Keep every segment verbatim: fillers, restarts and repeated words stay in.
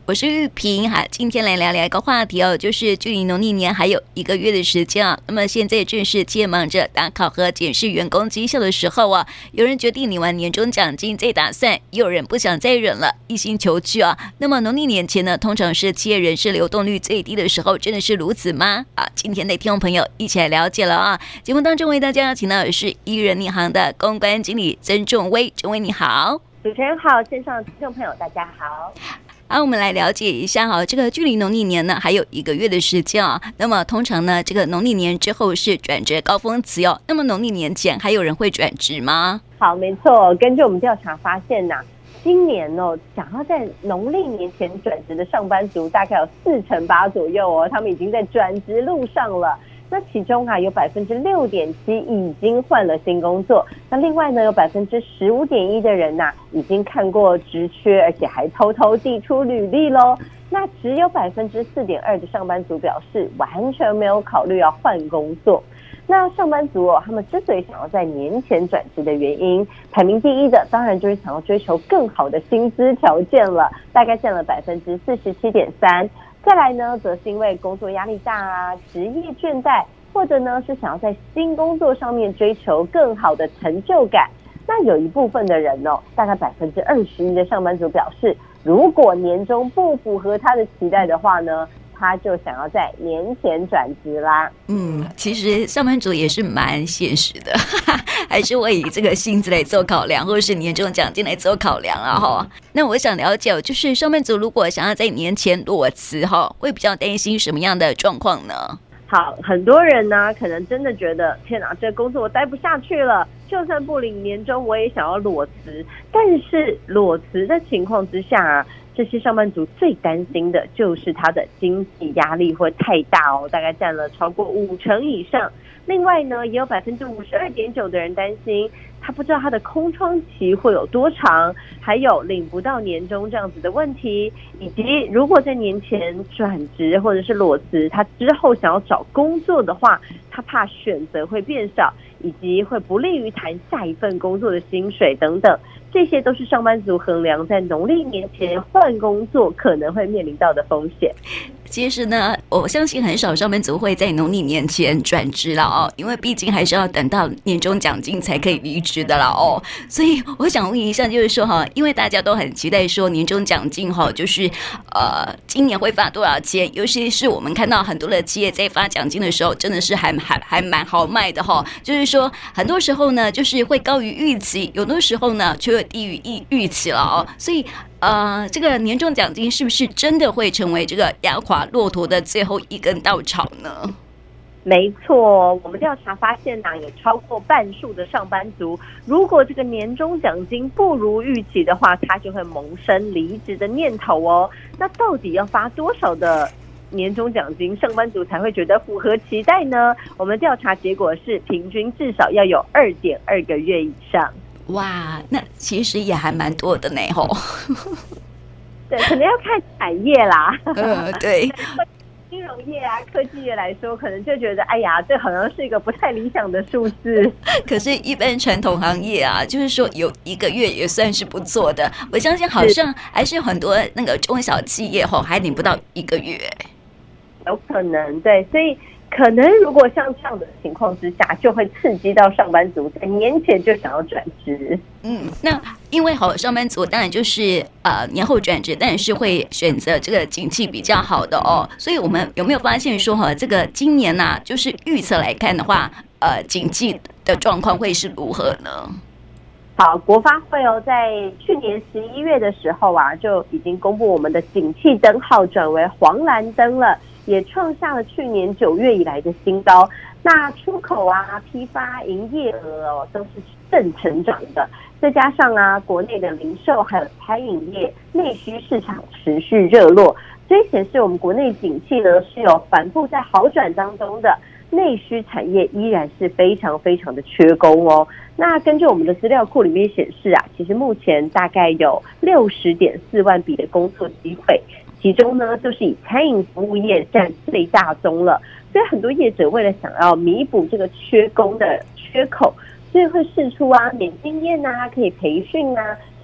我是玉萍哈，今天来聊聊一个话题哦，就是距离农历年还有一个月的时间啊。那么现在正是接忙着打考和检视员工绩效的时候啊。有人决定领完年终奖金再打算，也有人不想再忍了，一心求去啊。那么农历年前呢，通常是企业人事流动率最低的时候，真的是如此吗？啊，今天的听众朋友一起来了解了啊。节目当中为大家邀请到的是一人银行的公关经理曾仲威，仲威你好。 主持人好，线上的听众朋友大家好。 好，我们来了解一下哈，这个距离农历年呢还有一个月的时间啊。那么通常呢，这个农历年之后是转职高峰期哦。那么农历年前还有人会转职吗？ 好，没错，根据我们调查发现呐、啊，今年哦，想要在农历年前转职的上班族大概有四成八左右哦，他们已经在转职路上了。那其中啊，有百分之六点七已经换了新工作。那另外呢，有百分之十五点一的人呐、啊，已经看过职缺，而且还偷偷递出履历喽。那只有百分之四点二的上班族表示完全没有考虑要换工作。那上班族哦，他们之所以想要在年前转职的原因，排名第一的当然就是想要追求更好的薪资条件了，大概占了百分之四十七点三。再来呢，则是因为工作压力大啊，职业倦怠，或者呢是想要在新工作上面追求更好的成就感。那有一部分的人哦，大概百分之二十一的上班族表示，如果年终不符合他的期待的话呢，他就想要在年前转职啦。 嗯，其实上班族也是蛮现实的，还是会以这个薪资来做考量，或者是年终奖金来做考量啊哈。那我想了解，就是上班族如果想要在年前裸辞哈，会比较担心什么样的状况呢？ 好，很多人呢、啊，可能真的觉得天哪，这工作我待不下去了，就算不领年终，我也想要裸辞。但是裸辞的情况之下啊，这些上班族最担心的就是他的经济压力会太大哦，大概占了超过五成以上。另外呢，也有百分之五十二点九的人担心他不知道他的空窗期会有多长，还有领不到年终这样子的问题，以及如果在年前转职或者是裸辞，他之后想要找工作的话，他怕选择会变少，以及会不利于谈下一份工作的薪水等等。这些都是上班族衡量在农历年前换工作可能会面临到的风险。 其实呢，我相信很少上班族会在农历年前转职了哦，因为毕竟还是要等到年终奖金才可以离职的了哦。所以我想问一下，就是说哈，因为大家都很期待说年终奖金哈，就是呃今年会发多少钱？尤其是我们看到很多的企业在发奖金的时候，真的是还还还蛮豪迈的哈。就是说，很多时候呢，就是会高于预期，有的时候呢，却会低于预预期了哦。所以。呃，这个年终奖金是不是真的会成为这个压垮骆驼的最后一根稻草呢？ 没错，我们调查发现呢、啊，有超过半数的上班族，如果这个年终奖金不如预期的话，他就会萌生离职的念头哦。那到底要发多少的年终奖金，上班族才会觉得符合期待呢？我们调查结果是，平均至少要有二点二个月以上。 哇，那其实也还蛮多的呢吼。 对，可能要看产业啦。 呃，对。 金融业啊、科技业来说，可能就觉得，哎呀，这好像是一个不太理想的数字。 可是，一般传统行业啊，就是说有一个月也算是不错的。我相信，好像还是有很多那个中小企业吼，还领不到一个月。 有可能，对，所以。可能如果像这样的情况之下，就会刺激到上班族在年前就想要转职。 嗯，那因为好上班族当然就是呃年后转职，但是会选择这个景气比较好的哦。所以我们有没有发现说哈，这个今年呐、啊，就是预测来看的话，呃，景气的状况会是如何呢？ 好，国发会哦，在去年十一月的时候啊，就已经公布我们的景气灯号转为黄蓝灯了。也创下了去年九月以来的新高。那出口啊、批发、营业额哦都是正成长的。再加上啊，国内的零售还有餐饮业内需市场持续热络，所以显示我们国内景气呢是有反复在好转当中的。内需产业依然是非常非常的缺工哦。那根据我们的资料库里面显示啊，其实目前大概有六十点四万笔的工作机会。其中呢，就是以餐饮服务业占最大宗了，所以很多业者为了想要弥补这个缺工的缺口，所以会释出啊免经验啊、可以培训啊，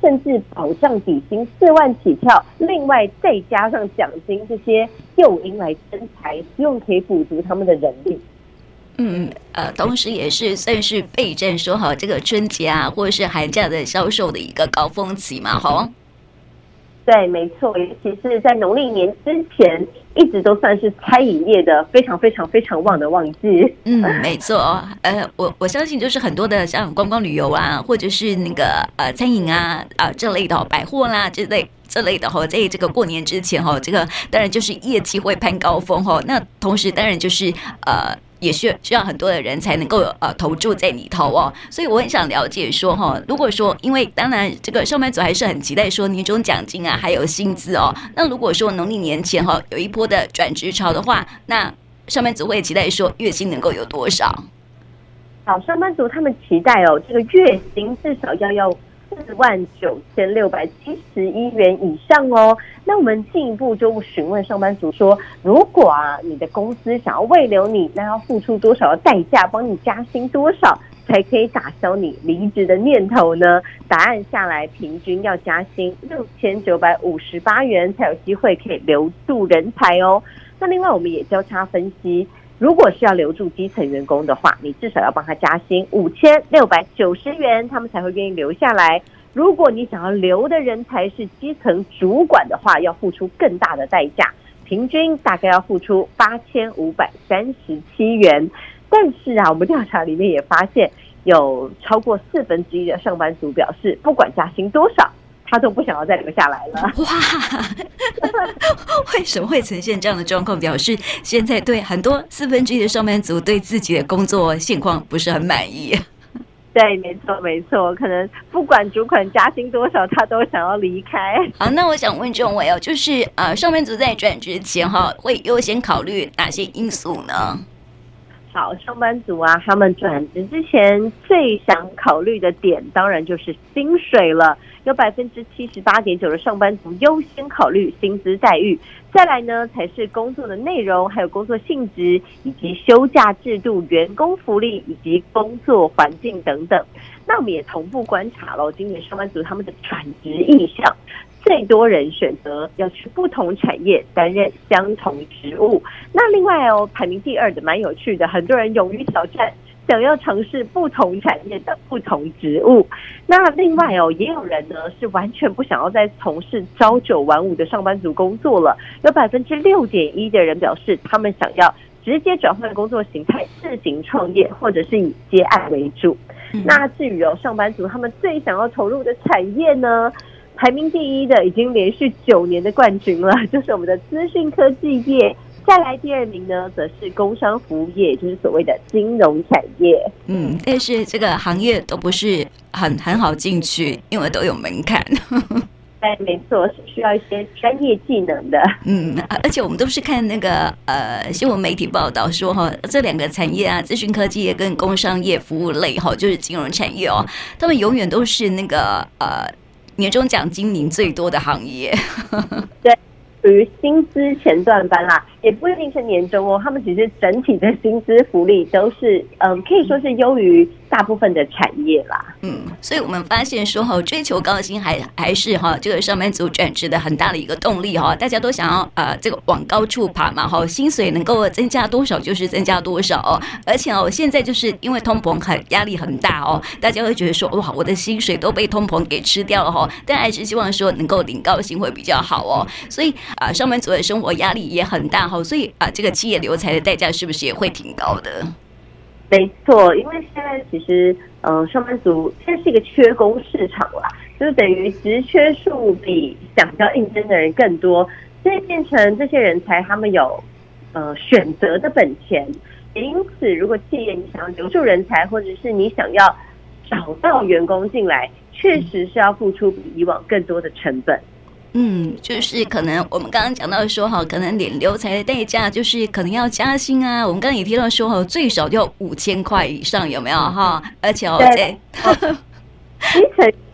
甚至保障底薪四万起跳，另外再加上奖金这些诱因来增财，希望可以补足他们的人力。 嗯呃，同时也是算是备战说好这个春节啊，或者是寒假的销售的一个高峰期嘛，哈。 对，没错，尤其是在农历年之前，一直都算是餐饮业的非常非常非常旺的旺季。 嗯，没错。呃，我我相信就是很多的像观光旅游啊，或者是那个呃餐饮啊啊、呃、这类的百货啦这类。这类的哈，在这个过年之前哈，这个当然就是业绩会攀高峰哈。那同时当然就是呃，也需要需要很多的人才能够呃投注在里头哦。所以我很想了解说哈，如果说因为当然这个上班族还是很期待说年终奖金啊，还有薪资哦。那如果说农历年前哈有一波的转职潮的话，那上班族会期待说月薪能够有多少？ 好，上班族他们期待哦，这个月薪至少要要四万九千六百七十一元以上哦。那我们进一步就询问上班族说，如果啊你的公司想要慰留你，那要付出多少的代价，帮你加薪多少，才可以打消你离职的念头呢？答案下来，平均要加薪六千九百五十八元，才有机会可以留住人才哦。那另外，我们也交叉分析。如果是要留住基层员工的话，你至少要帮他加薪五千六百九十元，他们才会愿意留下来。如果你想要留的人才是基层主管的话，要付出更大的代价，平均大概要付出八千五百三十七元。但是啊，我们调查里面也发现，有超过四分之一的上班族表示，不管加薪多少，他都不想要再留下来了。 哇，为什么会呈现这样的状况？表示现在对很多四分之一的上班族对自己的工作现况不是很满意。 对，没错没错，可能不管主管加薪多少，他都想要离开。 好，那我想问仲伟哦，就是呃，上班族在转职前哈，会优先考虑哪些因素呢？ 好，上班族啊，他们转职之前最想考虑的点，当然就是薪水了。有百分之七十八点九的上班族优先考虑薪资待遇，再来呢才是工作的内容，还有工作性质，以及休假制度、员工福利以及工作环境等等。那我们也同步观察了今年上班族他们的转职意向，最多人选择要去不同产业担任相同职务。那另外哦，排名第二的蛮有趣的，很多人勇于挑战，想要尝试不同产业的不同职务。那另外哦，也有人呢是完全不想要再从事朝九晚五的上班族工作了，有百分之六点一的人表示他们想要直接转换工作形态，自行创业，或者是以接案为主。嗯、那至于哦，上班族他们最想要投入的产业呢，排名第一的已经连续九年的冠军了，就是我们的资讯科技业。再来第二名呢，则是工商服务业，也就是所谓的金融产业。 嗯，但是这个行业都不是很很好进去，因为都有门槛。 对，没错，是需要一些专业技能的。 嗯，而且我们都是看那个呃新闻媒体报道说哈，这两个产业啊，资讯科技业跟工商业服务类哈，就是金融产业哦，他们永远都是那个呃年终奖金领最多的行业。 对。属于薪资前段班啦，也不一定是年终哦。他们其实整体的薪资福利都是，嗯，可以说是优于大部分的产业啦。 嗯，所以我们发现说哈，追求高薪还还是哈这个上班族转职的很大的一个动力哈。大家都想要呃这个往高处爬嘛哈，薪水能够增加多少就是增加多少哦。而且哦，现在就是因为通膨很压力很大哦，大家会觉得说哇，我的薪水都被通膨给吃掉了哈。但还是希望说能够领高薪会比较好哦。所以啊、呃，上班族的生活压力也很大哈，所以啊、呃，这个企业留才的代价是不是也会挺高的？ 没错，因为现在其实，嗯、呃，上班族现在是一个缺工市场啦，就是等于职缺数比想要应征的人更多，所以变成这些人才他们有呃选择的本钱。也因此，如果企业你想要留住人才，或者是你想要找到员工进来，确实是要付出比以往更多的成本。 嗯，就是可能我们刚刚讲到说哈，可能领留才的代价就是可能要加薪啊。我们刚刚也提到说哈，最少要五千块以上，有没有哈？而且哦，在基层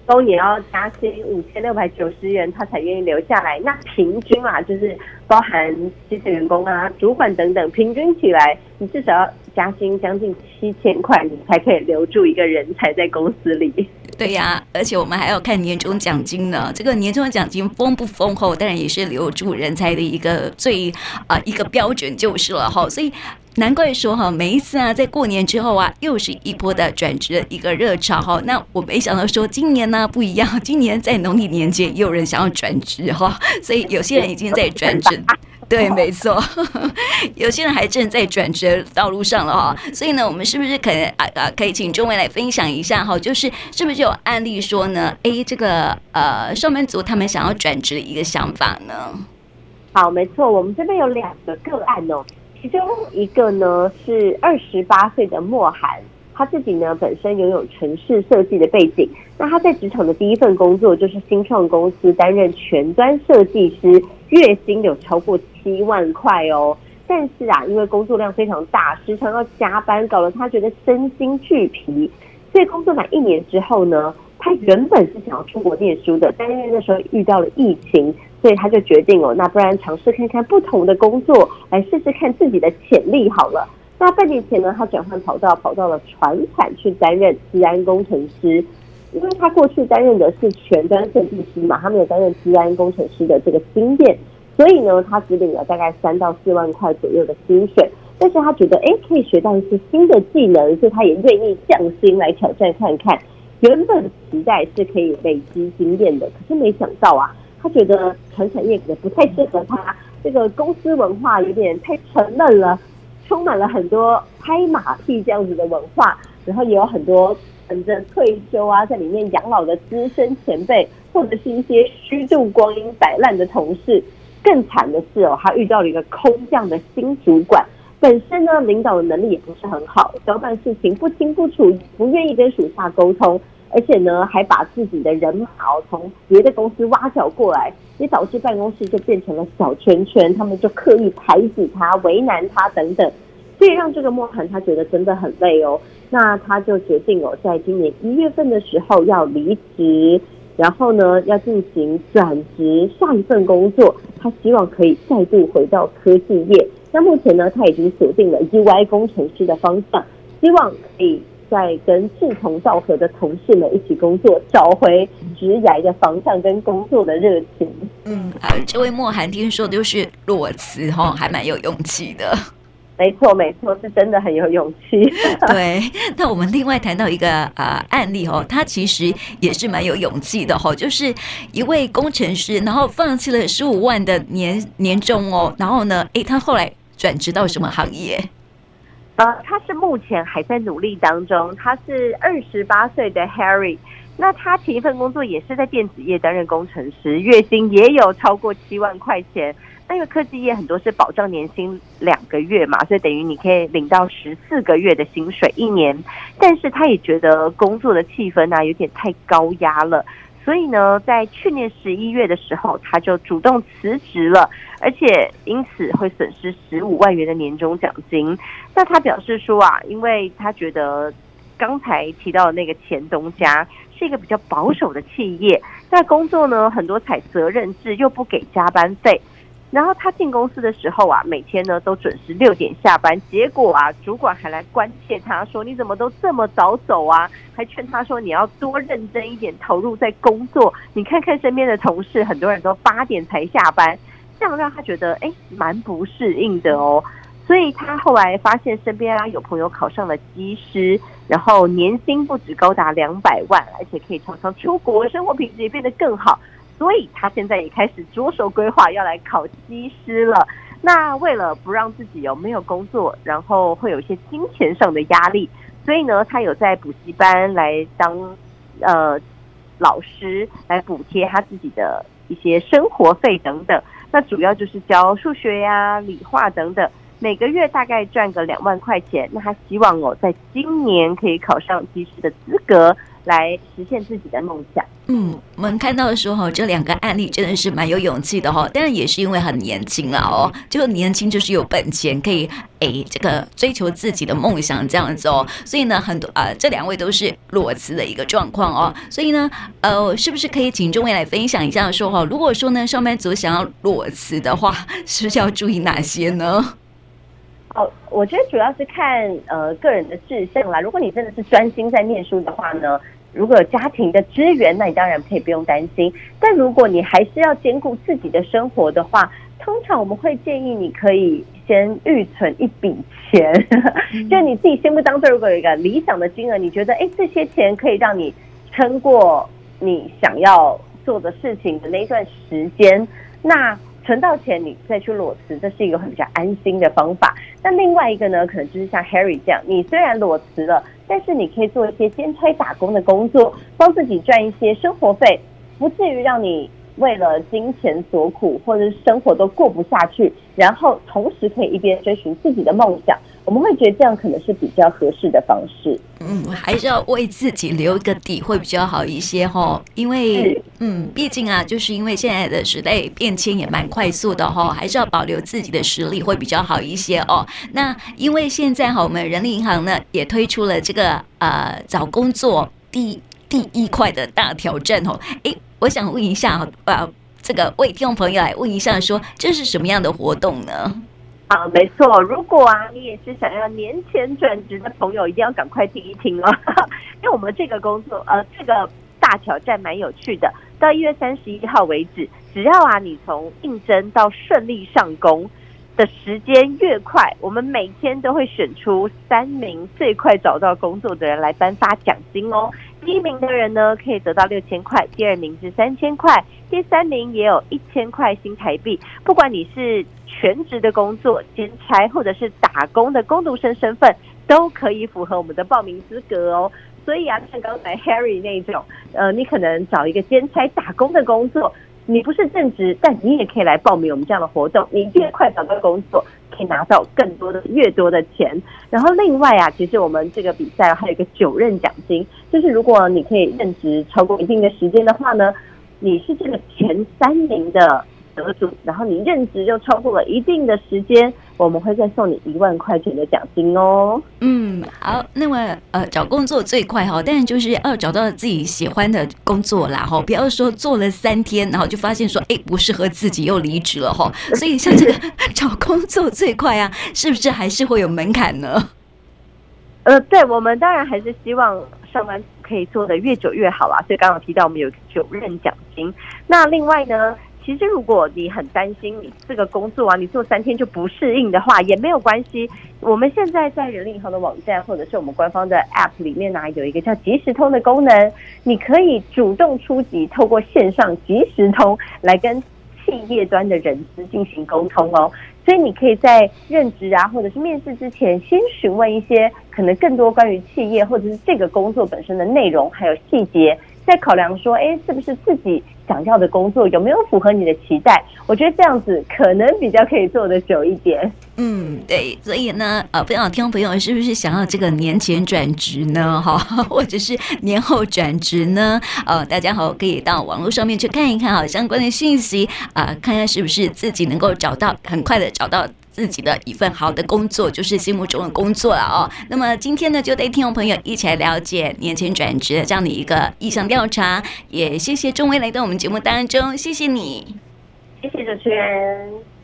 工也要加薪五千六百九十元，他才愿意留下来。那平均啊，就是包含基层员工啊、主管等等，平均起来，你至少要加薪将近七千块，你才可以留住一个人才在公司里。 对呀、啊，而且我们还要看年终奖金呢。这个年终奖金丰不丰厚，当然也是留住人才的一个最啊、呃、一个标准就是了哈。所以难怪说哈，每一次啊，在过年之后啊，又是一波的转职的一个热潮哈。那我没想到说今年呢不一样，今年在农历年间也有人想要转职哈，所以有些人已经在转职。对，没错，有些人还正在转职道路上了哈，所以呢，我们是不是可能啊啊，可以请中尉来分享一下哈，就是是不是有案例说呢，哎，这个呃上班族他们想要转职的一个想法呢？ 好，没错，我们这边有两个个案哦，其中一个呢是二十八岁的莫涵，他自己呢本身拥有程式设计的背景，那他在职场的第一份工作就是新创公司担任全端设计师，月薪有超过七万块哦。但是啊，因为工作量非常大，时常要加班，搞得他觉得身心俱疲。所以工作满一年之后呢，他原本是想要出国念书的，但因为那时候遇到了疫情，所以他就决定哦，那不然尝试看看不同的工作，来试试看自己的潜力好了。那半年前呢，他转换跑道，跑到了传产去担任资安工程师。因为他过去担任的是全端设计师嘛，他没有担任资安工程师的这个经验，所以呢，他只领了大概三到四万块左右的薪水。但是他觉得，哎，可以学到一些新的技能，所以他也愿意降薪来挑战看看。原本期待是可以累积经验的，可是没想到啊，他觉得传产业可能不太适合他，这个公司文化有点太沉闷了，充满了很多拍马屁这样子的文化，然后也有很多等着退休啊，在里面养老的资深前辈，或者是一些虚度光阴摆烂的同事。更惨的是哦，他遇到了一个空降的新主管，本身呢领导的能力也不是很好，交办事情不清不楚，不愿意跟属下沟通，而且呢还把自己的人马哦从别的公司挖角过来，也导致办公室就变成了小圈圈，他们就刻意排挤他、为难他等等，所以让这个莫涵他觉得真的很累哦。那他就决定哦，在今年一月份的时候要离职，然后呢要进行转职下一份工作，他希望可以再度回到科技业。那目前呢，他已经锁定了 U I 工程师的方向，希望可以再跟志同道合的同事们一起工作，找回职涯的方向跟工作的热情。 嗯，啊，这位莫涵听说就是裸辞哈，还蛮有勇气的。 没错，没错，是真的很有勇气。 对，那我们另外谈到一个呃案例哦，他其实也是蛮有勇气的哈、哦，就是一位工程师，然后放弃了十五万的年年终哦，然后呢，哎，他后来转职到什么行业？ 呃，他是目前还在努力当中，他是二十八岁的 Harry。那他前一份工作也是在电子业担任工程师，月薪也有超过七万块钱。那因为科技业很多是保障年薪两个月嘛，所以等于你可以领到十四个月的薪水一年。但是他也觉得工作的气氛啊有点太高压了，所以呢，在去年十一月的时候，他就主动辞职了，而且因此会损失十五万元的年终奖金。那他表示说啊，因为他觉得刚才提到的那个前东家是一个比较保守的企业，那工作呢很多采责任制，又不给加班费。然后他进公司的时候啊，每天呢都准时六点下班，结果啊，主管还来关切他说：“你怎么都这么早走啊？”还劝他说：“你要多认真一点，投入在工作。你看看身边的同事，很多人都八点才下班，这样让他觉得哎，蛮不适应的哦。”所以他后来发现身边啊有朋友考上了机师，然后年薪不止高达两百万，而且可以常常出国，生活品质也变得更好。所以他现在也开始着手规划要来考机师了。那为了不让自己有没有工作，然后会有一些金钱上的压力，所以呢，他有在补习班来当呃老师，来补贴他自己的一些生活费等等。那主要就是教数学呀、理化等等。 每个月大概赚个两万块钱，那他希望哦，在今年可以考上技师的资格，来实现自己的梦想。 嗯，我们看到的时候，这两个案例真的是蛮有勇气的哈，当然也是因为很年轻了哦，就年轻就是有本钱可以诶这个追求自己的梦想这样子哦，所以呢，很多啊、呃、这两位都是裸辞的一个状况哦，所以呢，呃，是不是可以请众位来分享一下说哈，如果说呢上班族想要裸辞的话，是不是要注意哪些呢？ 哦，我觉得主要是看呃个人的志向啦。如果你真的是专心在念书的话呢，如果有家庭的支援，那你当然可以不用担心。但如果你还是要兼顾自己的生活的话，通常我们会建议你可以先预存一笔钱，就你自己心目当中如果有一个理想的金额，你觉得哎这些钱可以让你撑过你想要做的事情的那一段时间，那存到钱你再去裸辞，这是一个很比较安心的方法。那另外一个呢，可能就是像 Harry 这样，你虽然裸辞了，但是你可以做一些兼差打工的工作，帮自己赚一些生活费，不至于让你为了金钱所苦，或者是生活都过不下去，然后同时可以一边追寻自己的梦想。我们会觉得这样可能是比较合适的方式。 嗯，还是要为自己留一个底会比较好一些哈，因为嗯，毕竟啊，就是因为现在的时代变迁也蛮快速的哈，还是要保留自己的实力会比较好一些哦。那因为现在哈，我们人力银行呢也推出了这个呃找工作第第一块的大挑战哦，哎，我想问一下呃，这个为听众朋友来问一下说，这是什么样的活动呢？ 啊，没错，如果啊你也是想要年前转职的朋友，一定要赶快听一听哦，因为我们这个工作呃这个大挑战蛮有趣的，到一月三十一号为止，只要啊你从应征到顺利上工的时间越快，我们每天都会选出三名最快找到工作的人来颁发奖金哦。第一名的人呢可以得到六千块，第二名是三千块，第三名也有一千块新台币。不管你是全职的工作、兼差或者是打工的工读生身份，都可以符合我们的报名资格哦。所以啊，像刚才 Harry 那种，呃，你可能找一个兼差打工的工作，你不是正职，但你也可以来报名我们这样的活动。你越快找到工作，可以拿到更多的、越多的钱。然后另外啊，其实我们这个比赛还有一个九任奖金，就是如果你可以任职超过一定的时间的话呢，你是这个前三名的得主，然后你任职又超过了一定的时间，我们会再送你一万块钱的奖金哦。 嗯，好，那么呃，找工作最快哈，当然就是要找到自己喜欢的工作啦哈，不要说做了三天，然后就发现说，哎，不适合自己又离职了哈。所以像这个找工作最快啊，是不是还是会有门槛呢？ 呃，对，我们当然还是希望上班可以做得越久越好啊。所以刚刚提到我们有九任奖金。那另外呢，其实如果你很担心你这个工作啊，你做三天就不适应的话，也没有关系。我们现在在人力银行的网站或者是我们官方的 App 里面呢、啊，有一个叫即时通的功能，你可以主动出击，透过线上即时通来跟企业端的人资进行沟通哦。所以你可以在任职啊，或者是面试之前，先询问一些可能更多关于企业或者是这个工作本身的内容还有细节，再考量说，哎，是不是自己想要的工作有没有符合你的期待？我觉得这样子可能比较可以做得久一点。 嗯，对，所以呢，呃，不知道听众朋友是不是想要这个年前转职呢？哈，或者是年后转职呢？呃，大家好，可以到网络上面去看一看哈相关的讯息啊、呃，看看是不是自己能够找到很快的找到自己的一份好的工作，就是心目中的工作了哦。那么今天呢，就带听众朋友一起来了解年前转职的这样的一个意向调查，也谢谢钟威来到我们节目当中，谢谢你， 谢谢主持人。